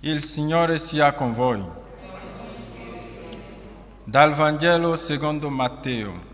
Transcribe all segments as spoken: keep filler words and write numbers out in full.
Il Signore sia con voi. Dal Vangelo secondo Matteo.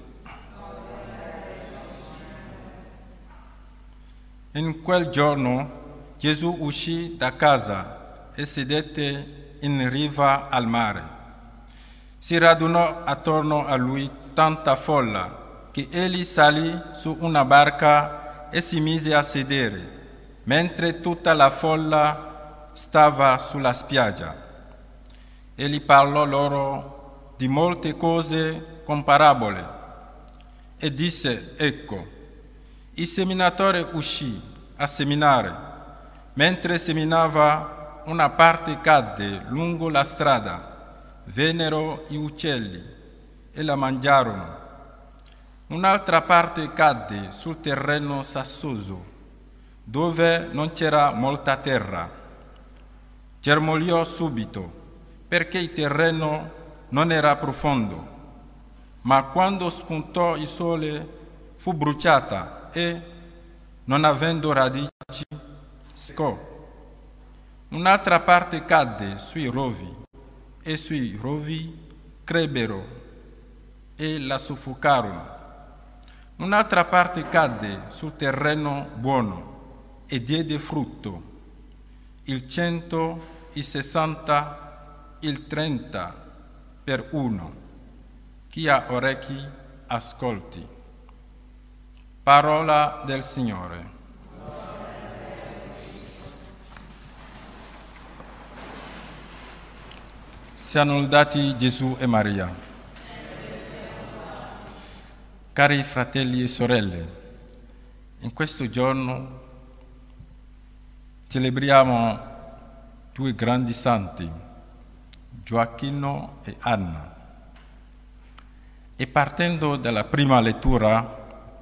In quel giorno Gesù uscì da casa e sedette in riva al mare. Si radunò attorno a lui tanta folla che egli salì su una barca e si mise a sedere, mentre tutta la folla stava sulla spiaggia. Egli parlò loro di molte cose con parabole e disse: ecco, il seminatore uscì a seminare. Mentre seminava, una parte cadde lungo la strada, vennero gli uccelli e la mangiarono. Un'altra parte cadde sul terreno sassoso, dove non c'era molta terra. Germogliò subito, perché il terreno non era profondo, ma quando spuntò il sole fu bruciata e, non avendo radici, seccò. Un'altra parte cadde sui rovi, e sui rovi crebbero e la soffocarono. Un'altra parte cadde sul terreno buono e diede frutto, il cento, il sessanta, il trenta per uno. Chi ha orecchi, ascolti. Parola del Signore. Siano lodati Gesù e Maria. Cari fratelli e sorelle, in questo giorno celebriamo due grandi santi, Gioacchino e Anna. E partendo dalla prima lettura,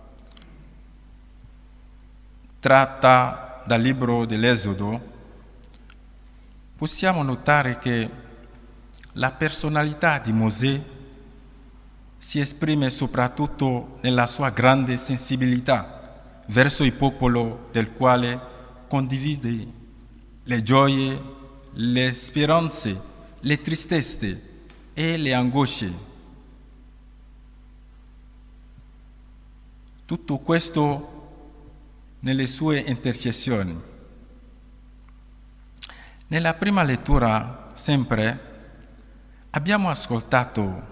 tratta dal libro dell'Esodo, possiamo notare che la personalità di Mosè si esprime soprattutto nella sua grande sensibilità verso il popolo del quale condivide le gioie, le speranze, le tristezze e le angosce. Tutto questo nelle sue intercessioni. Nella prima lettura, sempre, abbiamo ascoltato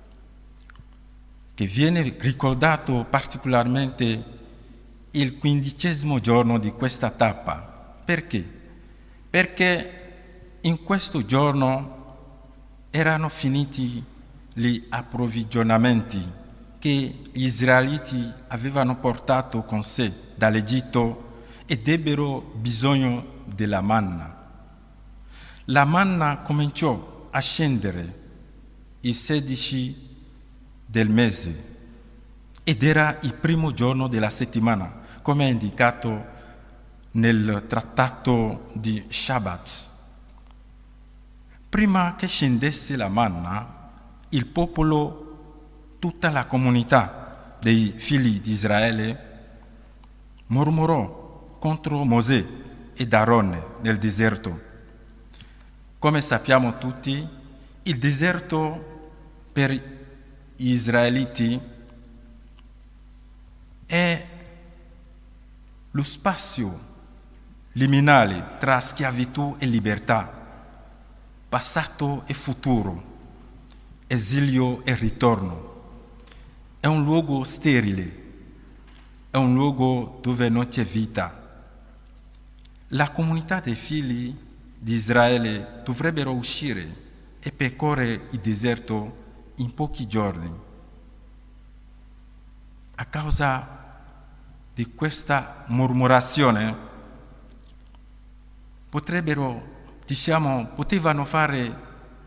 che viene ricordato particolarmente il quindicesimo giorno di questa tappa. Perché? Perché in questo giorno erano finiti gli approvvigionamenti che gli israeliti avevano portato con sé dall'Egitto ed ebbero bisogno della manna. La manna cominciò a scendere il sedici del mese ed era il primo giorno della settimana, come è indicato nel trattato di Shabbat. Prima che scendesse la manna, il popolo, tutta la comunità dei figli di Israele, mormorò contro Mosè ed Aarone nel deserto. Come sappiamo tutti, il deserto per gli israeliti è lo spazio liminale tra schiavitù e libertà, passato e futuro, esilio e ritorno. È un luogo sterile, è un luogo dove non c'è vita. La comunità dei figli di Israele dovrebbero uscire e percorrere il deserto in pochi giorni. A causa di questa mormorazione potrebbero Diciamo, potevano fare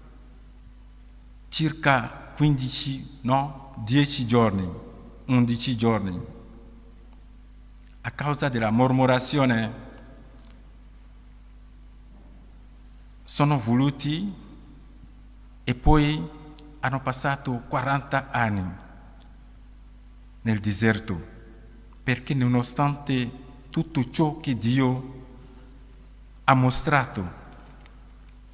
circa quindici, no? dieci giorni, undici giorni. A causa della mormorazione sono voluti e poi hanno passato quaranta anni nel deserto, perché nonostante tutto ciò che Dio ha mostrato,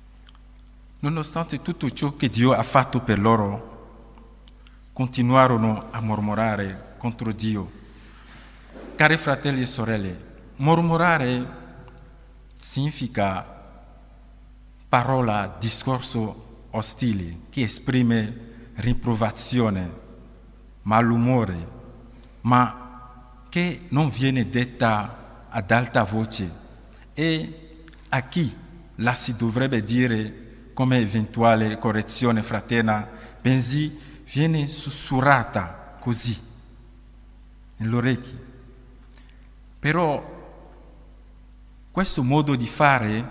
nonostante tutto ciò che Dio ha fatto per loro, continuarono a mormorare contro Dio. Cari fratelli e sorelle, mormorare significa parola, discorso ostile che esprime rimprovazione, malumore, ma che non viene detta ad alta voce e a chi la si dovrebbe dire come eventuale correzione fraterna, bensì viene sussurrata così nell'orecchio. Però questo modo di fare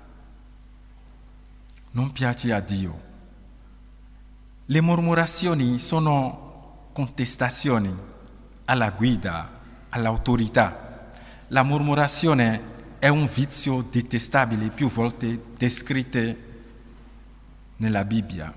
non piace a Dio. Le mormorazioni sono contestazioni alla guida, all'autorità. La mormorazione è un vizio detestabile più volte descritto nella Bibbia.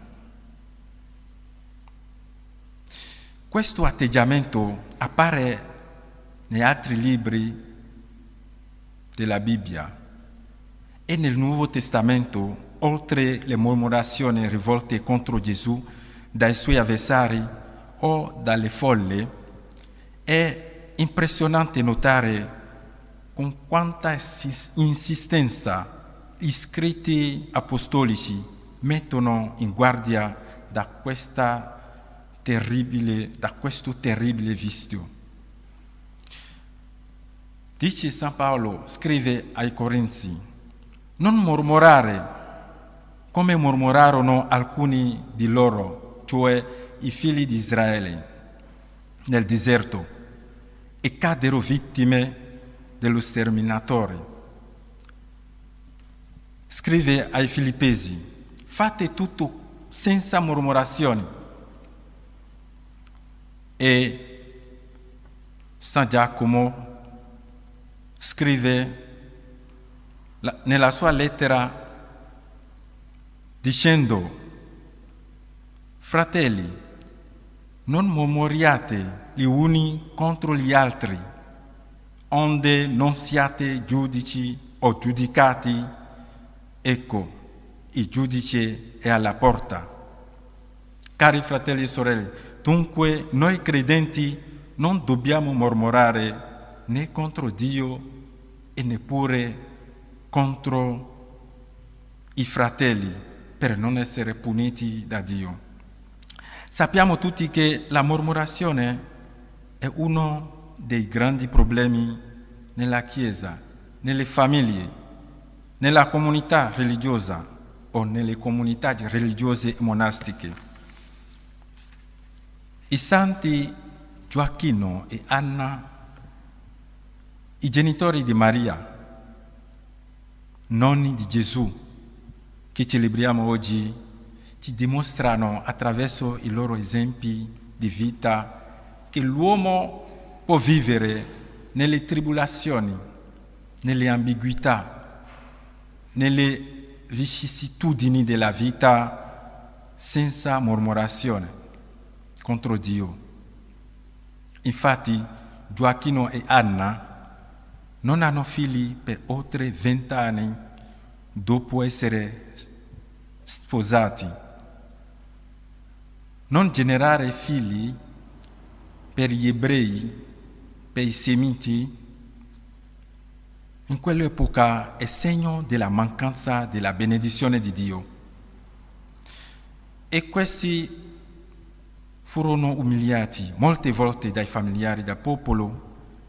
Questo atteggiamento appare negli altri libri della Bibbia e nel Nuovo Testamento, oltre le mormorazioni rivolte contro Gesù dai suoi avversari o dalle folle, è impressionante notare con quanta insistenza gli scritti apostolici mettono in guardia da, questa terribile, da questo terribile vizio. Dice San Paolo, scrive ai Corinzi: non mormorare come mormorarono alcuni di loro, cioè i figli di Israele, nel deserto, e caddero vittime dello sterminatore. Scrive ai Filippesi: fate tutto senza mormorazioni. E San Giacomo scrive nella sua lettera dicendo: fratelli, non mormoriate gli uni contro gli altri, onde non siate giudici o giudicati. Ecco, il giudice è alla porta. Cari fratelli e sorelle, dunque noi credenti non dobbiamo mormorare né contro Dio e neppure contro i fratelli per non essere puniti da Dio. Sappiamo tutti che la mormorazione è uno dei grandi problemi nella Chiesa, nelle famiglie, nella comunità religiosa o nelle comunità religiose e monastiche. I santi Gioacchino e Anna, i genitori di Maria, nonni di Gesù, che celebriamo oggi, ci dimostrano attraverso i loro esempi di vita che l'uomo può vivere nelle tribolazioni, nelle ambiguità, nelle vicissitudini della vita senza mormorazione contro Dio. Infatti Gioacchino e Anna non hanno figli per oltre vent'anni dopo essere sposati. Non generare figli per gli ebrei, per i semiti, in quell'epoca è segno della mancanza della benedizione di Dio. E questi furono umiliati molte volte dai familiari del popolo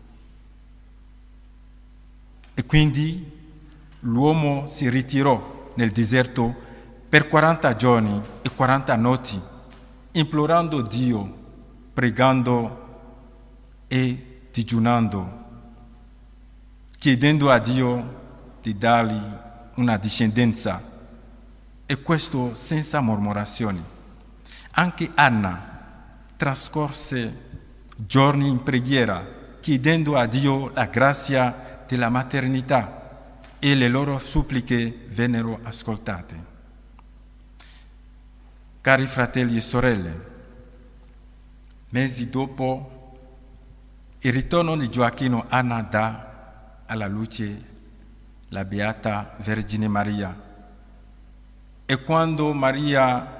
e quindi l'uomo si ritirò nel deserto per quaranta giorni e quaranta notti, implorando Dio, pregando e digiunando, chiedendo a Dio di dargli una discendenza, e questo senza mormorazioni. Anche Anna trascorse giorni in preghiera, chiedendo a Dio la grazia della maternità, e le loro suppliche vennero ascoltate. Cari fratelli e sorelle, mesi dopo il ritorno di Gioacchino, Anna dà alla luce la Beata Vergine Maria. E quando Maria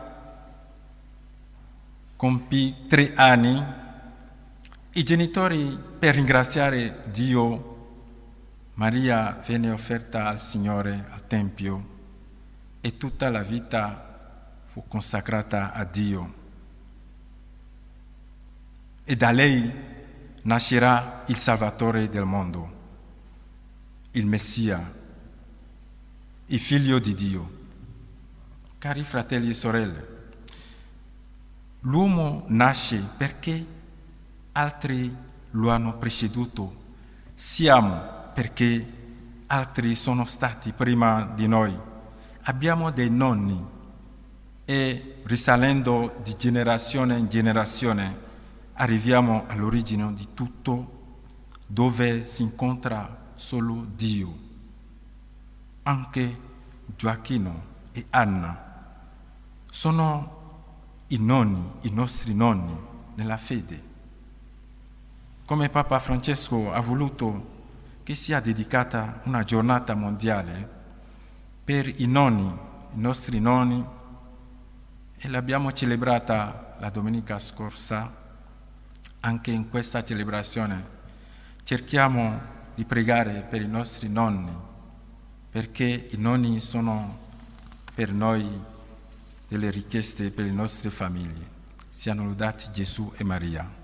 compì tre anni, i genitori, per ringraziare Dio, Maria venne offerta al Signore al Tempio e tutta la vita fu consacrata a Dio. E da lei nascerà il Salvatore del mondo, il Messia, il Figlio di Dio. Cari fratelli e sorelle, l'uomo nasce perché altri lo hanno preceduto, siamo perché altri sono stati prima di noi. Abbiamo dei nonni e risalendo di generazione in generazione arriviamo all'origine di tutto, dove si incontra solo Dio. Anche Gioacchino e Anna sono i nonni, i nostri nonni nella fede. Come Papa Francesco ha voluto che sia dedicata una giornata mondiale per i nonni, i nostri nonni, e l'abbiamo celebrata la domenica scorsa. Anche in questa celebrazione cerchiamo di pregare per i nostri nonni, perché i nonni sono per noi delle richieste per le nostre famiglie. Siano lodati Gesù e Maria.